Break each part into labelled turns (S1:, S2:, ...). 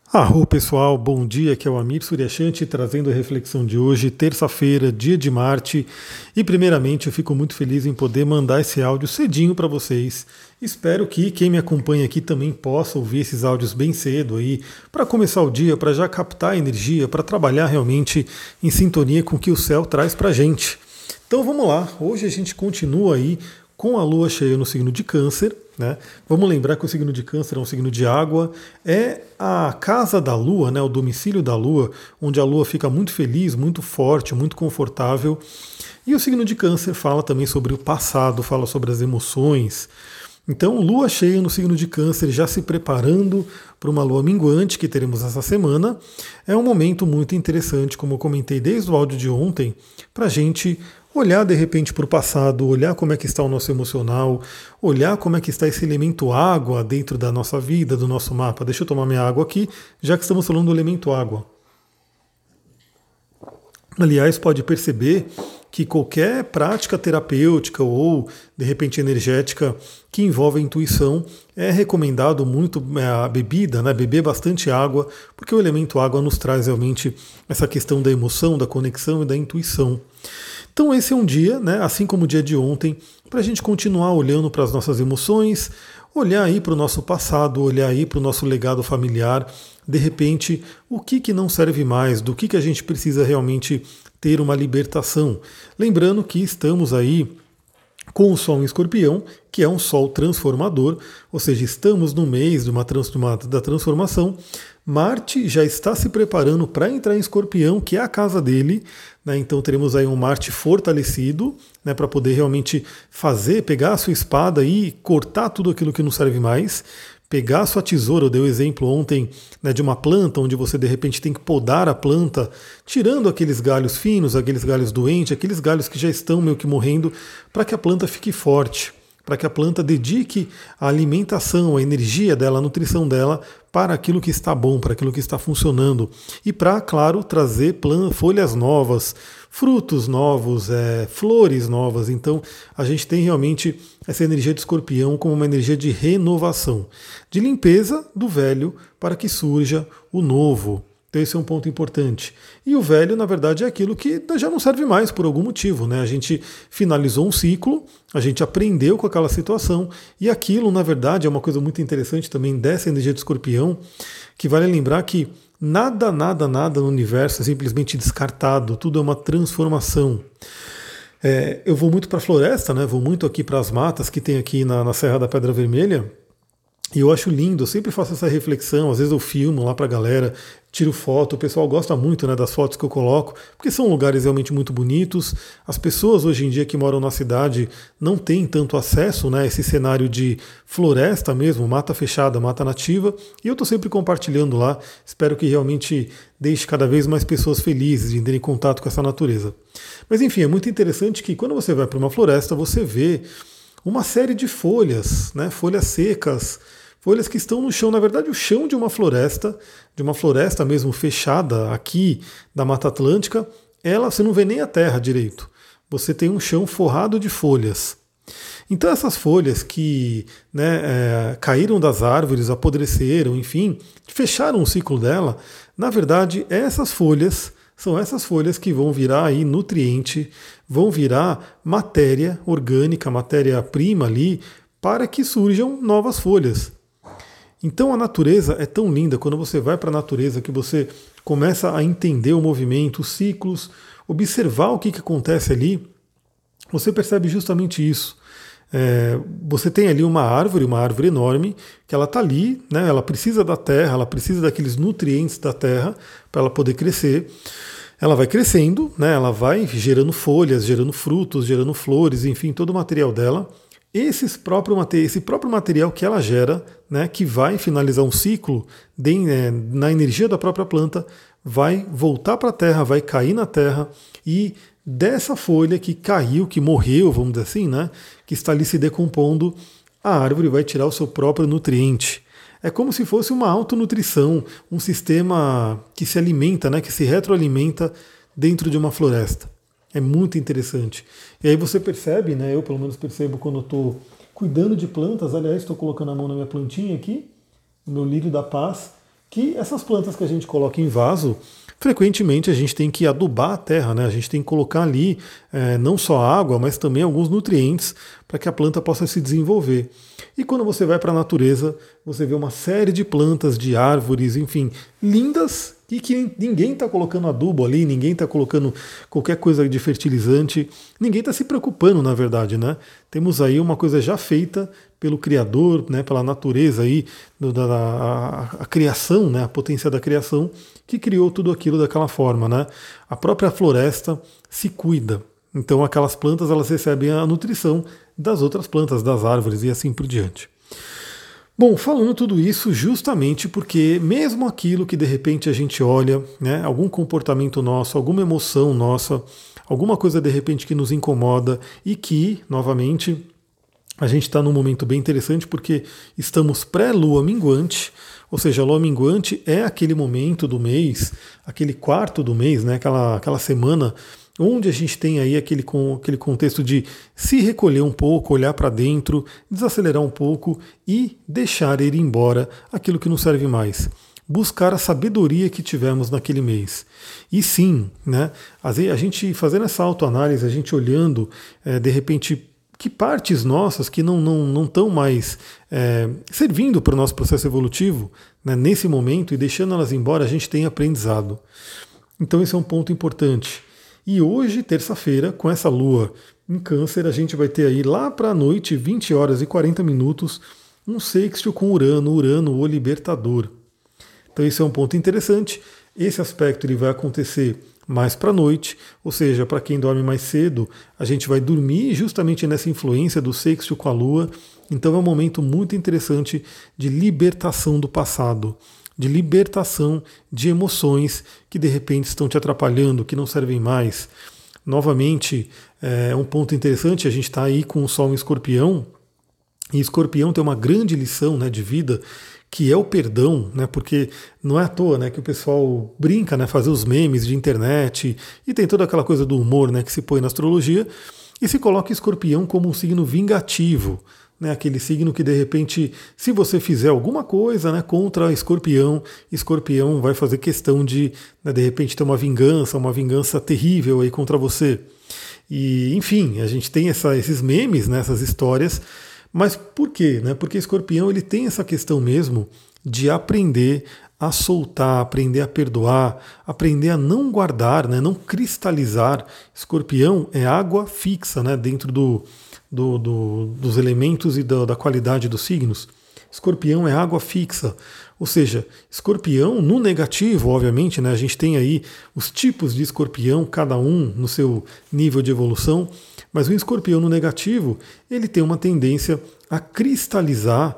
S1: Arro pessoal, bom dia, aqui é o Amir Suryashanti trazendo a reflexão de hoje, terça-feira, dia de Marte. E primeiramente eu fico muito feliz em poder mandar esse áudio cedinho para vocês. Espero que quem me acompanha aqui também possa ouvir esses áudios bem cedo aí, para começar o dia, para já captar energia, para trabalhar realmente em sintonia com o que o céu traz para a gente. Então vamos lá, hoje a gente continua aí com a lua cheia no signo de Câncer, né? Vamos lembrar que o signo de Câncer é um signo de água, é a casa da lua, né? O domicílio da lua, onde a lua fica muito feliz, muito forte, muito confortável. E o signo de Câncer fala também sobre o passado, fala sobre as emoções. Então, lua cheia no signo de Câncer, já se preparando para uma lua minguante que teremos essa semana. É um momento muito interessante, como eu comentei desde o áudio de ontem, para a gente olhar de repente para o passado, olhar como é que está o nosso emocional, olhar como é que está esse elemento água dentro da nossa vida, do nosso mapa. Deixa eu tomar minha água aqui, já que estamos falando do elemento água. Aliás, pode perceber que qualquer prática terapêutica ou, de repente, energética que envolve a intuição, é recomendado muito a bebida, né? Beber bastante água, porque o elemento água nos traz realmente essa questão da emoção, da conexão e da intuição. Então esse é um dia, né, assim como o dia de ontem, para a gente continuar olhando para as nossas emoções, olhar aí para o nosso passado, olhar aí para o nosso legado familiar, de repente, o que não serve mais, do que a gente precisa realmente ter uma libertação. Lembrando que estamos aí com o Sol em Escorpião, que é um Sol transformador, ou seja, estamos no mês da transformação. Marte já está se preparando para entrar em Escorpião, que é a casa dele, né? Então teremos aí um Marte fortalecido, né, para poder realmente pegar a sua espada e cortar tudo aquilo que não serve mais. Pegar a sua tesoura, eu dei o exemplo ontem, né, de uma planta, onde você de repente tem que podar a planta, tirando aqueles galhos finos, aqueles galhos doentes, aqueles galhos que já estão meio que morrendo, para que a planta fique forte, para que a planta dedique a alimentação, a energia dela, a nutrição dela para aquilo que está bom, para aquilo que está funcionando. E para, claro, trazer folhas novas, frutos novos, flores novas. Então a gente tem realmente essa energia de Escorpião como uma energia de renovação, de limpeza do velho para que surja o novo. Então esse é um ponto importante. E o velho, na verdade, é aquilo que já não serve mais por algum motivo, né? A gente finalizou um ciclo, a gente aprendeu com aquela situação, e aquilo, na verdade, é uma coisa muito interessante também dessa energia de Escorpião, que vale lembrar que nada no universo é simplesmente descartado, tudo é uma transformação. Eu vou muito para a floresta, né? Vou muito aqui para as matas que tem aqui na Serra da Pedra Vermelha. E eu acho lindo, eu sempre faço essa reflexão, às vezes eu filmo lá pra galera, tiro foto, o pessoal gosta muito, né, das fotos que eu coloco, porque são lugares realmente muito bonitos. As pessoas hoje em dia que moram na cidade não têm tanto acesso, né, a esse cenário de floresta mesmo, mata fechada, mata nativa, e eu estou sempre compartilhando lá, espero que realmente deixe cada vez mais pessoas felizes de terem contato com essa natureza. Mas enfim, é muito interessante que quando você vai para uma floresta, você vê uma série de folhas, né, folhas secas, folhas que estão no chão, na verdade o chão de uma floresta mesmo fechada aqui da Mata Atlântica, você não vê nem a terra direito, você tem um chão forrado de folhas. Então essas folhas que, né, caíram das árvores, apodreceram, enfim, fecharam o ciclo dela, na verdade são essas folhas que vão virar aí nutriente, vão virar matéria orgânica, matéria-prima ali, para que surjam novas folhas. Então a natureza é tão linda, quando você vai para a natureza, que você começa a entender o movimento, os ciclos, observar o que acontece ali, você percebe justamente isso. Você tem ali uma árvore enorme, que ela está ali, né, ela precisa da terra, ela precisa daqueles nutrientes da terra para ela poder crescer. Ela vai crescendo, né, ela vai gerando folhas, gerando frutos, gerando flores, enfim, todo o material dela. Esse próprio material que ela gera, né, que vai finalizar um ciclo na energia da própria planta, vai voltar para a terra, vai cair na terra, e dessa folha que caiu, que morreu, vamos dizer assim, né, que está ali se decompondo, a árvore vai tirar o seu próprio nutriente. É como se fosse uma autonutrição, um sistema que se alimenta, né, que se retroalimenta dentro de uma floresta. É muito interessante. E aí você percebe, né, eu pelo menos percebo quando eu estou cuidando de plantas, aliás, estou colocando a mão na minha plantinha aqui, no meu lírio da paz, que essas plantas que a gente coloca em vaso, frequentemente a gente tem que adubar a terra, né? A gente tem que colocar ali não só água, mas também alguns nutrientes para que a planta possa se desenvolver. E quando você vai para a natureza, você vê uma série de plantas, de árvores, enfim, lindas e que ninguém está colocando adubo ali, ninguém está colocando qualquer coisa de fertilizante, ninguém está se preocupando, na verdade, né? Temos aí uma coisa já feita pelo Criador, né, pela natureza aí, a criação, né, a potência da criação, que criou tudo aquilo daquela forma, né? A própria floresta se cuida. Então aquelas plantas elas recebem a nutrição das outras plantas, das árvores e assim por diante. Bom, falando tudo isso justamente porque mesmo aquilo que de repente a gente olha, né, algum comportamento nosso, alguma emoção nossa, alguma coisa de repente que nos incomoda e que, novamente, a gente está num momento bem interessante porque estamos pré-lua minguante, ou seja, a lua minguante é aquele momento do mês, aquele quarto do mês, né, aquela semana onde a gente tem aí aquele contexto de se recolher um pouco, olhar para dentro, desacelerar um pouco e deixar ir embora aquilo que não serve mais. Buscar a sabedoria que tivemos naquele mês. E sim, né, a gente fazendo essa autoanálise, a gente olhando, de repente, que partes nossas que não estão mais servindo para o nosso processo evolutivo, né, nesse momento, e deixando elas embora, a gente tem aprendizado. Então esse é um ponto importante. E hoje, terça-feira, com essa lua em Câncer, a gente vai ter aí lá para a noite, 20 horas e 40 minutos, um sextil com Urano, o libertador. Então esse é um ponto interessante. Esse aspecto ele vai acontecer mais para a noite, ou seja, para quem dorme mais cedo, a gente vai dormir justamente nessa influência do sextil com a Lua. Então é um momento muito interessante de libertação do passado, de libertação de emoções que de repente estão te atrapalhando, que não servem mais. Novamente, é um ponto interessante, a gente está aí com o Sol em Escorpião, e Escorpião tem uma grande lição, né, de vida, que é o perdão, né, porque não é à toa, né, que o pessoal brinca, né, fazer os memes de internet, e tem toda aquela coisa do humor, né, que se põe na astrologia, e se coloca Escorpião como um signo vingativo, né, aquele signo que de repente, se você fizer alguma coisa, né, contra Escorpião, Escorpião vai fazer questão de, né, de repente ter uma vingança terrível aí contra você. E enfim, a gente tem esses memes, né, essas histórias, mas por quê? Né? Porque Escorpião ele tem essa questão mesmo de aprender a soltar, aprender a perdoar, aprender a não guardar, né, não cristalizar. Escorpião é água fixa, né, dentro dos elementos e da qualidade dos signos. Escorpião é água fixa, ou seja, Escorpião no negativo, obviamente, né, a gente tem aí os tipos de Escorpião, cada um no seu nível de evolução, mas o Escorpião no negativo, ele tem uma tendência a cristalizar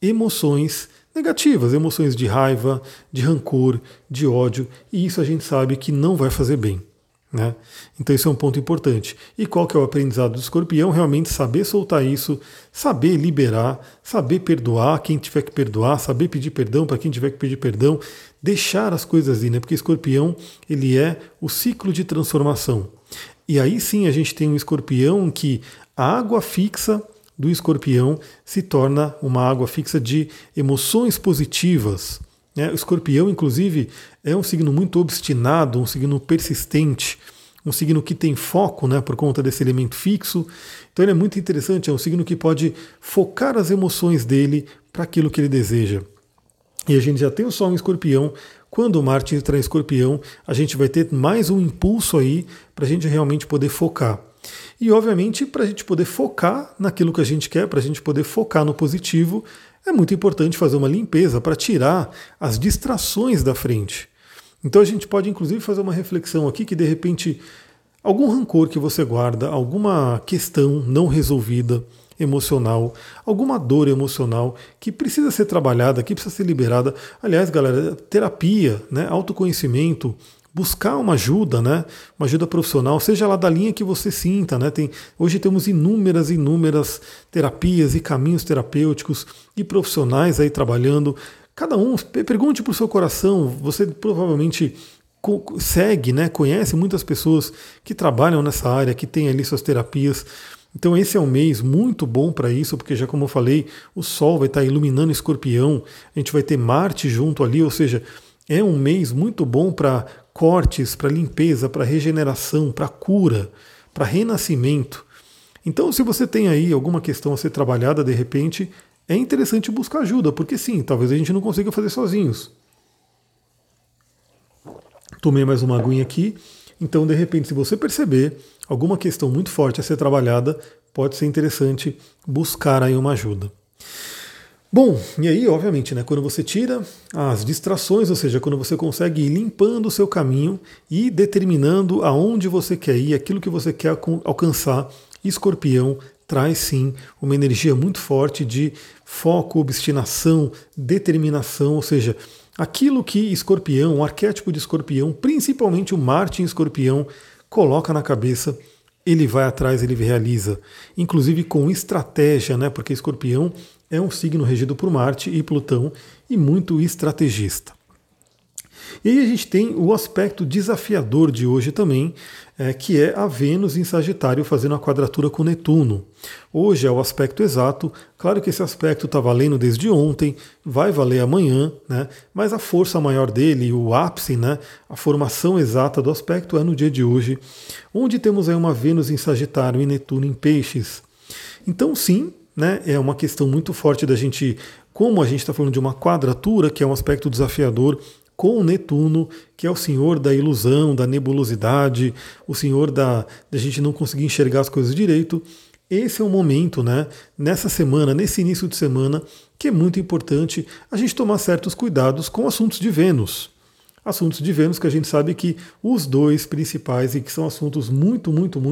S1: emoções negativas, emoções de raiva, de rancor, de ódio, e isso a gente sabe que não vai fazer bem. Né? Então isso é um ponto importante. E qual que é o aprendizado do Escorpião? Realmente saber soltar isso, saber liberar, saber perdoar quem tiver que perdoar, saber pedir perdão para quem tiver que pedir perdão, deixar as coisas ir, né? Porque Escorpião ele é o ciclo de transformação. E aí sim a gente tem um Escorpião que a água fixa do Escorpião se torna uma água fixa de emoções positivas. O Escorpião, inclusive, é um signo muito obstinado, um signo persistente, um signo que tem foco, né, por conta desse elemento fixo. Então ele é muito interessante, é um signo que pode focar as emoções dele para aquilo que ele deseja. E a gente já tem o Sol em Escorpião. Quando o Marte entra em Escorpião, a gente vai ter mais um impulso aí para a gente realmente poder focar. E, obviamente, para a gente poder focar naquilo que a gente quer, para a gente poder focar no positivo, é muito importante fazer uma limpeza para tirar as distrações da frente. Então a gente pode, inclusive, fazer uma reflexão aqui que, de repente, algum rancor que você guarda, alguma questão não resolvida, emocional, alguma dor emocional que precisa ser trabalhada, que precisa ser liberada. Aliás, galera, terapia, né, autoconhecimento, buscar uma ajuda, né, uma ajuda profissional, seja lá da linha que você sinta. Né, hoje temos inúmeras terapias e caminhos terapêuticos e profissionais aí trabalhando. Cada um, pergunte para o seu coração, você provavelmente segue, né, conhece muitas pessoas que trabalham nessa área, que têm ali suas terapias. Então esse é um mês muito bom para isso, porque já como eu falei, o Sol vai estar iluminando Escorpião, a gente vai ter Marte junto ali, ou seja, é um mês muito bom para cortes, para limpeza, para regeneração, para cura, para renascimento. Então, se você tem aí alguma questão a ser trabalhada de repente, é interessante buscar ajuda, porque sim, talvez a gente não consiga fazer sozinhos. Tomei mais uma aguinha aqui. Então, de repente, se você perceber alguma questão muito forte a ser trabalhada, pode ser interessante buscar aí uma ajuda. Bom, e aí, obviamente, né, quando você tira as distrações, ou seja, quando você consegue ir limpando o seu caminho e determinando aonde você quer ir, aquilo que você quer alcançar, Escorpião traz sim uma energia muito forte de foco, obstinação, determinação, ou seja, aquilo que Escorpião, o arquétipo de Escorpião, principalmente o Marte em Escorpião, coloca na cabeça, ele vai atrás, ele realiza, inclusive com estratégia, né? Porque Escorpião é um signo regido por Marte e Plutão e muito estrategista. E aí a gente tem o aspecto desafiador de hoje também, que é a Vênus em Sagitário fazendo a quadratura com Netuno. Hoje é o aspecto exato, claro que esse aspecto está valendo desde ontem, vai valer amanhã, né? Mas a força maior dele, o ápice, né? A formação exata do aspecto é no dia de hoje, onde temos aí uma Vênus em Sagitário e Netuno em Peixes. Então sim, né, é uma questão muito forte da gente, como a gente está falando de uma quadratura, que é um aspecto desafiador, com Netuno, que é o senhor da ilusão, da nebulosidade, o senhor da gente não conseguir enxergar as coisas direito. Esse é um momento, né, nessa semana, nesse início de semana, que é muito importante a gente tomar certos cuidados com assuntos de Vênus. Assuntos de Vênus que a gente sabe que os dois principais e que são assuntos muito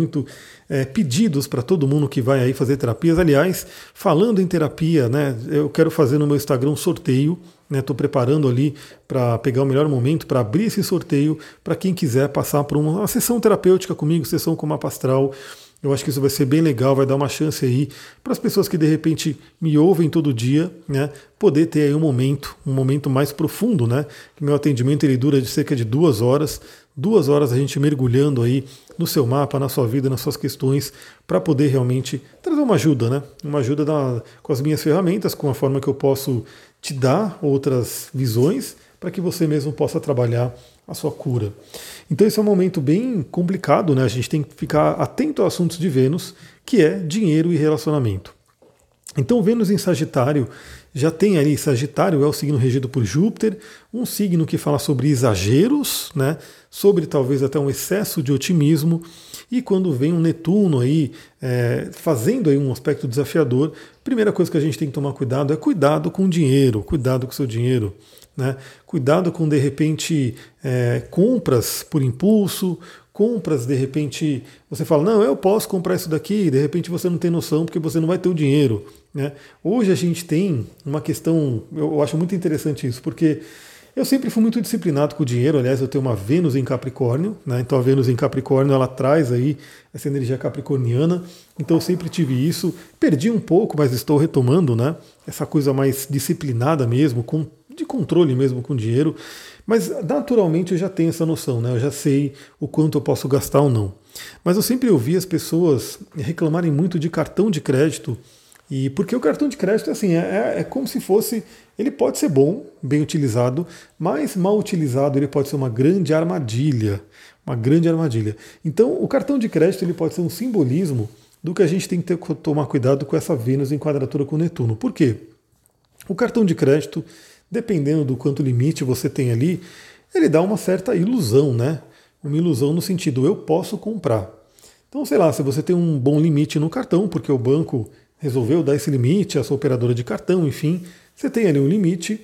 S1: pedidos para todo mundo que vai aí fazer terapias. Aliás, falando em terapia, né, eu quero fazer no meu Instagram um sorteio. Estou preparando ali para pegar o melhor momento para abrir esse sorteio para quem quiser passar por uma sessão terapêutica comigo, sessão com mapa astral. Eu acho que isso vai ser bem legal, vai dar uma chance aí para as pessoas que de repente me ouvem todo dia, né, poder ter aí um momento mais profundo, né? Que meu atendimento ele dura de cerca de 2 horas. 2 horas a gente mergulhando aí no seu mapa, na sua vida, nas suas questões, para poder realmente trazer uma ajuda, né? Uma ajuda com as minhas ferramentas, com a forma que eu posso te dar outras visões para que você mesmo possa trabalhar a sua cura. Então esse é um momento bem complicado, né? A gente tem que ficar atento a assuntos de Vênus, que é dinheiro e relacionamento. Então Vênus em Sagitário já tem ali, Sagitário é o signo regido por Júpiter, um signo que fala sobre exageros, né? Sobre talvez até um excesso de otimismo, e quando vem um Netuno aí fazendo aí um aspecto desafiador, primeira coisa que a gente tem que tomar cuidado é cuidado com o dinheiro, cuidado com o seu dinheiro. Né? Cuidado com, de repente, compras por impulso, compras, de repente, você fala, não, eu posso comprar isso daqui, e de repente você não tem noção porque você não vai ter o dinheiro. Né? Hoje a gente tem uma questão, eu acho muito interessante isso, porque eu sempre fui muito disciplinado com o dinheiro, aliás, eu tenho uma Vênus em Capricórnio, né? Então a Vênus em Capricórnio, ela traz aí essa energia capricorniana, então eu sempre tive isso, perdi um pouco, mas estou retomando, né? Essa coisa mais disciplinada mesmo, de controle mesmo com o dinheiro, mas naturalmente eu já tenho essa noção, né? Eu já sei o quanto eu posso gastar ou não. Mas eu sempre ouvi as pessoas reclamarem muito de cartão de crédito, e porque o cartão de crédito assim, é como se fosse, ele pode ser bom, bem utilizado, mas mal utilizado ele pode ser uma grande armadilha, uma grande armadilha. Então o cartão de crédito ele pode ser um simbolismo do que a gente tem que tomar cuidado com essa Vênus em quadratura com Netuno. Por quê? O cartão de crédito, dependendo do quanto limite você tem ali, ele dá uma certa ilusão, né? Uma ilusão no sentido, eu posso comprar. Então, sei lá, se você tem um bom limite no cartão, porque o banco resolveu dar esse limite, a sua operadora de cartão, enfim, você tem ali um limite,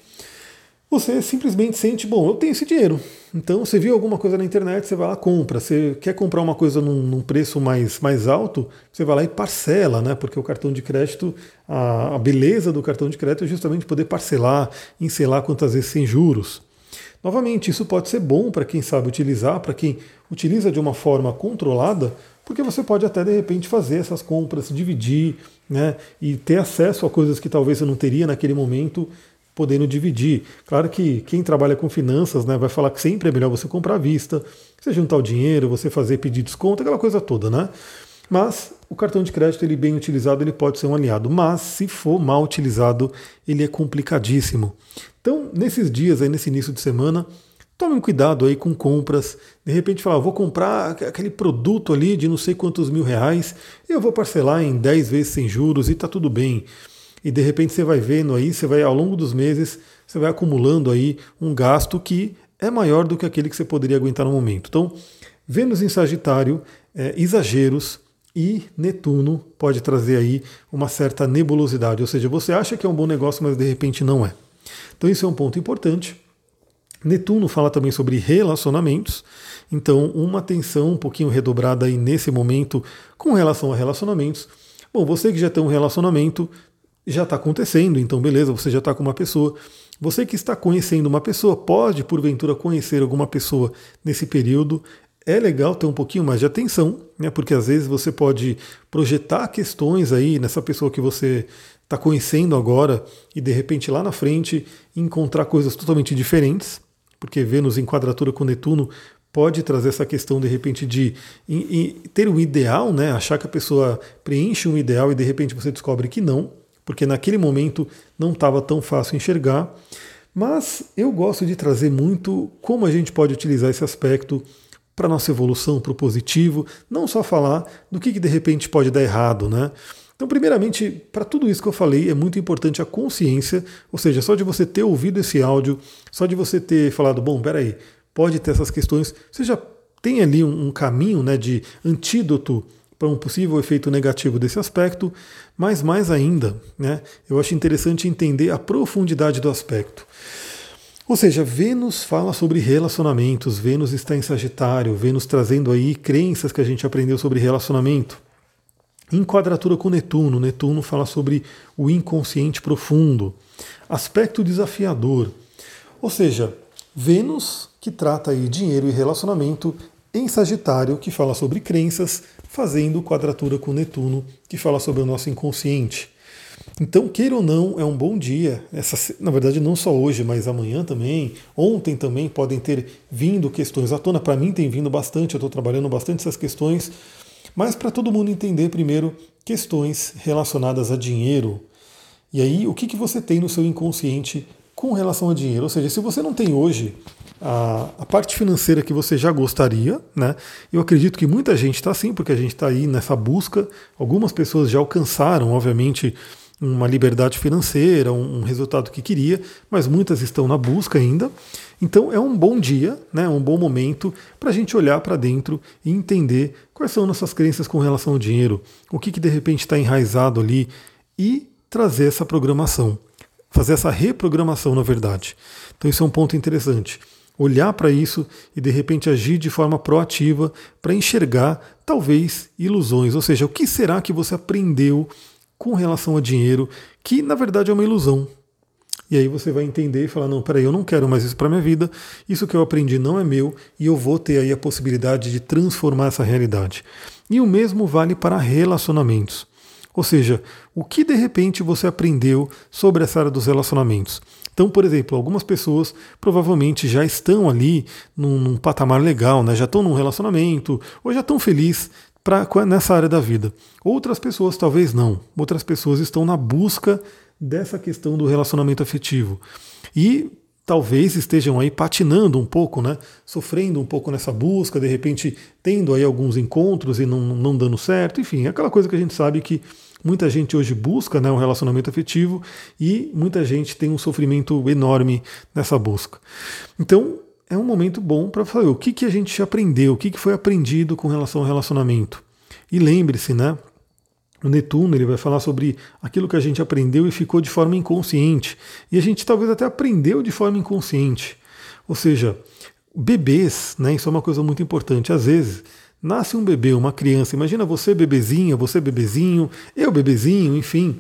S1: você simplesmente sente, bom, eu tenho esse dinheiro. Então, você viu alguma coisa na internet, você vai lá e compra. Você quer comprar uma coisa num preço mais alto, você vai lá e parcela, né? Porque o cartão de crédito, a beleza do cartão de crédito é justamente poder parcelar, em sei lá quantas vezes sem juros. Novamente, isso pode ser bom para quem sabe utilizar, para quem utiliza de uma forma controlada, porque você pode até de repente fazer essas compras, dividir, né, e ter acesso a coisas que talvez você não teria naquele momento, podendo dividir. Claro que quem trabalha com finanças, né, vai falar que sempre é melhor você comprar à vista, você juntar o dinheiro, você fazer pedir desconto, aquela coisa toda, né? Mas o cartão de crédito, ele bem utilizado, ele pode ser um aliado, mas se for mal utilizado, ele é complicadíssimo. Então, nesses dias aí, nesse início de semana, tomem cuidado aí com compras. De repente falar, vou comprar aquele produto ali de não sei quantos R$ 1.000, e eu vou parcelar em 10 vezes sem juros e tá tudo bem. E de repente você vai vendo aí, você vai ao longo dos meses, você vai acumulando aí um gasto que é maior do que aquele que você poderia aguentar no momento. Então, Vênus em Sagitário, exageros, e Netuno pode trazer aí uma certa nebulosidade, ou seja, você acha que é um bom negócio, mas de repente não é. Então isso é um ponto importante. Netuno fala também sobre relacionamentos, então uma atenção um pouquinho redobrada aí nesse momento com relação a relacionamentos. Bom, você que já tem um relacionamento, já está acontecendo, então beleza, você já está com uma pessoa. Você que está conhecendo uma pessoa, pode porventura conhecer alguma pessoa nesse período. É legal ter um pouquinho mais de atenção, né? Porque às vezes você pode projetar questões aí nessa pessoa que você está conhecendo agora e de repente lá na frente encontrar coisas totalmente diferentes, porque Vênus em quadratura com Netuno pode trazer essa questão de repente de ter um ideal, né? Achar que a pessoa preenche um ideal e de repente você descobre que não, porque naquele momento não estava tão fácil enxergar. Mas eu gosto de trazer muito como a gente pode utilizar esse aspecto para a nossa evolução, para o positivo, não só falar do que de repente pode dar errado, né? Então, primeiramente, para tudo isso que eu falei, é muito importante a consciência, ou seja, só de você ter ouvido esse áudio, só de você ter falado, bom, peraí, pode ter essas questões, você já tem ali um caminho, né, de antídoto para um possível efeito negativo desse aspecto, mas mais ainda, né, eu acho interessante entender a profundidade do aspecto. Ou seja, Vênus fala sobre relacionamentos, Vênus está em Sagitário, Vênus trazendo aí crenças que a gente aprendeu sobre relacionamento. Em quadratura com Netuno, Netuno fala sobre o inconsciente profundo, aspecto desafiador. Ou seja, Vênus, que trata aí dinheiro e relacionamento, em Sagitário, que fala sobre crenças, fazendo quadratura com Netuno, que fala sobre o nosso inconsciente. Então, queira ou não, é um bom dia. Na verdade, não só hoje, mas amanhã também. Ontem também podem ter vindo questões à tona. Para mim tem vindo bastante, eu estou trabalhando bastante essas questões. Mas para todo mundo entender primeiro questões relacionadas a dinheiro. E aí, o que você tem no seu inconsciente com relação a dinheiro? Ou seja, se você não tem hoje a parte financeira que você já gostaria, né? Eu acredito que muita gente está assim, porque a gente está aí nessa busca. Algumas pessoas já alcançaram, obviamente, uma liberdade financeira, um resultado que queria, mas muitas estão na busca ainda. Então é um bom dia, né, um bom momento para a gente olhar para dentro e entender quais são nossas crenças com relação ao dinheiro, o que de repente está enraizado ali e trazer essa programação, fazer essa reprogramação na verdade. Então isso é um ponto interessante. Olhar para isso e de repente agir de forma proativa para enxergar talvez ilusões, ou seja, o que será que você aprendeu com relação a dinheiro, que na verdade é uma ilusão. E aí você vai entender e falar, não, peraí, eu não quero mais isso para minha vida, isso que eu aprendi não é meu e eu vou ter aí a possibilidade de transformar essa realidade. E o mesmo vale para relacionamentos. Ou seja, o que de repente você aprendeu sobre essa área dos relacionamentos. Então, por exemplo, algumas pessoas provavelmente já estão ali num patamar legal, né? Já estão num relacionamento ou já estão felizes nessa área da vida. Outras pessoas talvez não. Outras pessoas estão na busca dessa questão do relacionamento afetivo. E talvez estejam aí patinando um pouco, né? Sofrendo um pouco nessa busca, de repente tendo aí alguns encontros e não dando certo. Enfim, aquela coisa que a gente sabe que muita gente hoje busca, né, um relacionamento afetivo e muita gente tem um sofrimento enorme nessa busca. Então, é um momento bom para saber o que a gente aprendeu, o que foi aprendido com relação ao relacionamento. E lembre-se, né? O Netuno ele vai falar sobre aquilo que a gente aprendeu e ficou de forma inconsciente. E a gente talvez até aprendeu de forma inconsciente. Ou seja, bebês, né? Isso é uma coisa muito importante. Às vezes, nasce um bebê, uma criança. Imagina você bebezinha, você bebezinho, eu bebezinho, enfim.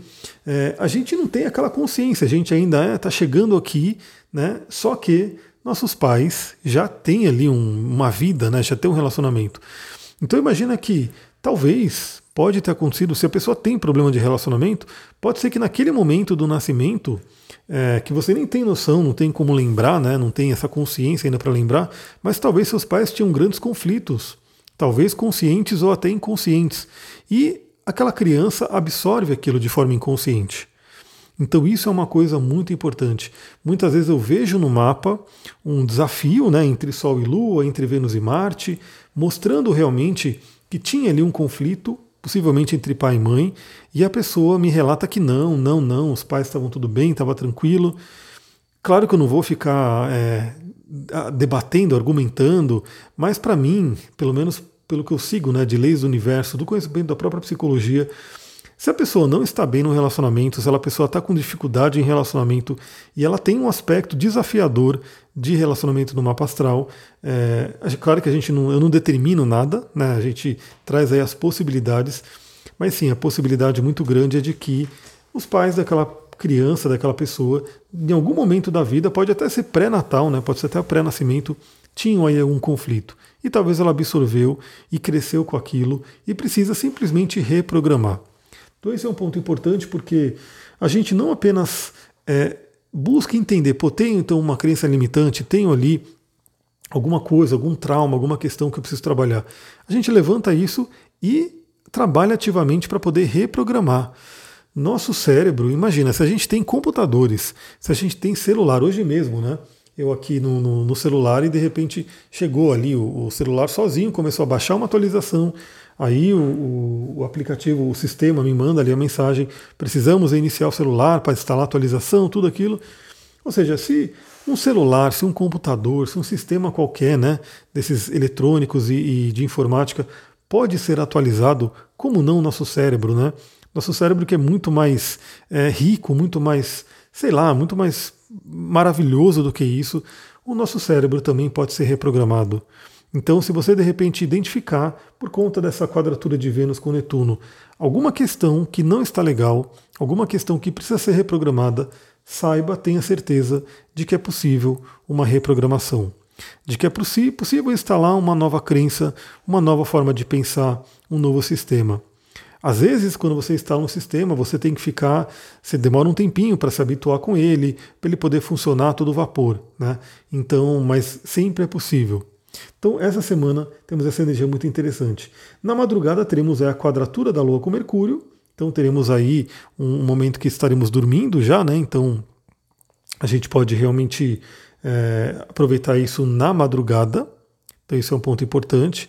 S1: A gente não tem aquela consciência. A gente ainda está chegando aqui, né? Só que nossos pais já têm ali uma vida, né? Já tem um relacionamento. Então imagina que talvez pode ter acontecido, se a pessoa tem problema de relacionamento, pode ser que naquele momento do nascimento, que você nem tem noção, não tem como lembrar, né? Não tem essa consciência ainda para lembrar, mas talvez seus pais tinham grandes conflitos. talvez conscientes ou até inconscientes. E aquela criança absorve aquilo de forma inconsciente. Então isso é uma coisa muito importante. Muitas vezes eu vejo no mapa um desafio, né, entre Sol e Lua, entre Vênus e Marte, mostrando realmente que tinha ali um conflito, possivelmente entre pai e mãe, e a pessoa me relata que não, os pais estavam tudo bem, estava tranquilo. Claro que eu não vou ficar debatendo, argumentando, mas para mim, pelo menos pelo que eu sigo, né, de leis do universo, do conhecimento da própria psicologia, se a pessoa não está bem no relacionamento, se a pessoa está com dificuldade em relacionamento e ela tem um aspecto desafiador de relacionamento no mapa astral, claro que eu não determino nada, né, a gente traz aí as possibilidades, mas sim, a possibilidade muito grande é de que os pais daquela criança, daquela pessoa, em algum momento da vida, pode até ser pré-natal, né, pode ser até pré-nascimento, tinham aí algum conflito. E talvez ela absorveu e cresceu com aquilo e precisa simplesmente reprogramar. Então esse é um ponto importante porque a gente não apenas busca entender, tenho então uma crença limitante, tenho ali alguma coisa, algum trauma, alguma questão que eu preciso trabalhar. A gente levanta isso e trabalha ativamente para poder reprogramar. Nosso cérebro, imagina, se a gente tem computadores, se a gente tem celular, hoje mesmo, né? Eu aqui no celular e de repente chegou ali o celular sozinho, começou a baixar uma atualização, aí o aplicativo, o sistema me manda ali a mensagem, precisamos iniciar o celular para instalar a atualização, tudo aquilo. Ou seja, se um celular, se um computador, se um sistema qualquer, né, desses eletrônicos e de informática pode ser atualizado, como não o nosso cérebro, né? Nosso cérebro que é muito mais rico, muito mais, muito mais maravilhoso do que isso, o nosso cérebro também pode ser reprogramado. Então, se você de repente identificar, por conta dessa quadratura de Vênus com Netuno, alguma questão que não está legal, alguma questão que precisa ser reprogramada, saiba, tenha certeza de que é possível uma reprogramação. De que é possível instalar uma nova crença, uma nova forma de pensar, um novo sistema. Às vezes, quando você instala um sistema, você tem que você demora um tempinho para se habituar com ele, para ele poder funcionar a todo vapor, né? Então, mas sempre é possível. Então, essa semana temos essa energia muito interessante. Na madrugada teremos a quadratura da Lua com Mercúrio, então teremos aí um momento que estaremos dormindo já, né? Então, a gente pode realmente aproveitar isso na madrugada, então isso é um ponto importante.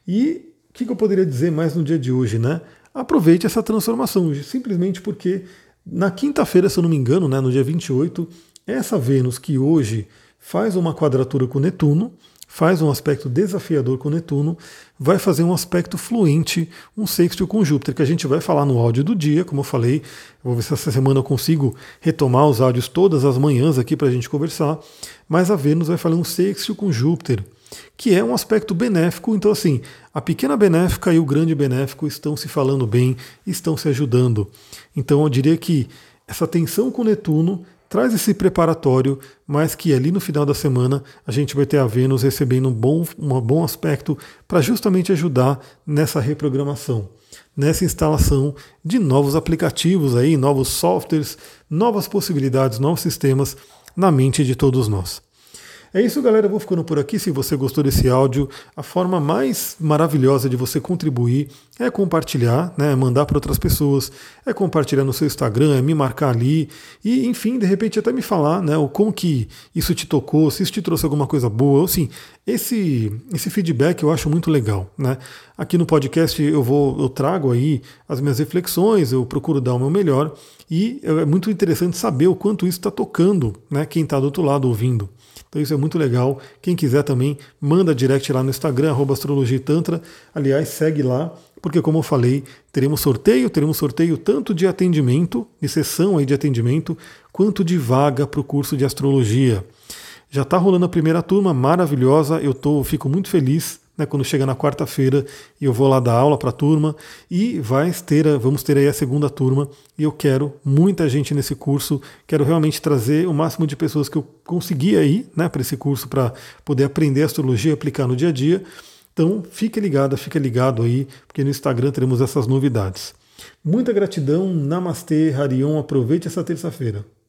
S1: E o que eu poderia dizer mais no dia de hoje, né? Aproveite essa transformação, simplesmente porque na quinta-feira, se eu não me engano, né, no dia 28, essa Vênus que hoje faz uma quadratura com Netuno, faz um aspecto desafiador com Netuno, vai fazer um aspecto fluente, um sextil com Júpiter, que a gente vai falar no áudio do dia, como eu falei, vou ver se essa semana eu consigo retomar os áudios todas as manhãs aqui para a gente conversar, mas a Vênus vai fazer um sextil com Júpiter, que é um aspecto benéfico. Então, assim, a pequena benéfica e o grande benéfico estão se falando bem, estão se ajudando. Então, eu diria que essa tensão com Netuno traz esse preparatório, mas que ali no final da semana a gente vai ter a Vênus recebendo um bom aspecto para justamente ajudar nessa reprogramação, nessa instalação de novos aplicativos, aí, novos softwares, novas possibilidades, novos sistemas na mente de todos nós. É isso, galera. Eu vou ficando por aqui. Se você gostou desse áudio, a forma mais maravilhosa de você contribuir é compartilhar, né? Mandar para outras pessoas, é compartilhar no seu Instagram, é me marcar ali e, enfim, de repente até me falar, né? O como que isso te tocou, se isso te trouxe alguma coisa boa. Ou, assim, esse feedback eu acho muito legal, né? Aqui no podcast eu trago aí as minhas reflexões, eu procuro dar o meu melhor e é muito interessante saber o quanto isso está tocando, né? Quem está do outro lado ouvindo. Então isso é muito legal. Quem quiser também, manda direct lá no Instagram, @astrologiatantra. Aliás, segue lá, porque como eu falei, teremos sorteio tanto de atendimento, de sessão aí de atendimento, quanto de vaga para o curso de astrologia. Já está rolando a primeira turma, maravilhosa, eu fico muito feliz, né, quando chega na quarta-feira e eu vou lá dar aula para a turma e vamos ter aí a segunda turma e eu quero muita gente nesse curso, quero realmente trazer o máximo de pessoas que eu conseguir aí, né, para esse curso para poder aprender astrologia e aplicar no dia a dia. Então fique ligado aí, porque no Instagram teremos essas novidades. Muita gratidão, Namastê, Harion, aproveite essa terça-feira.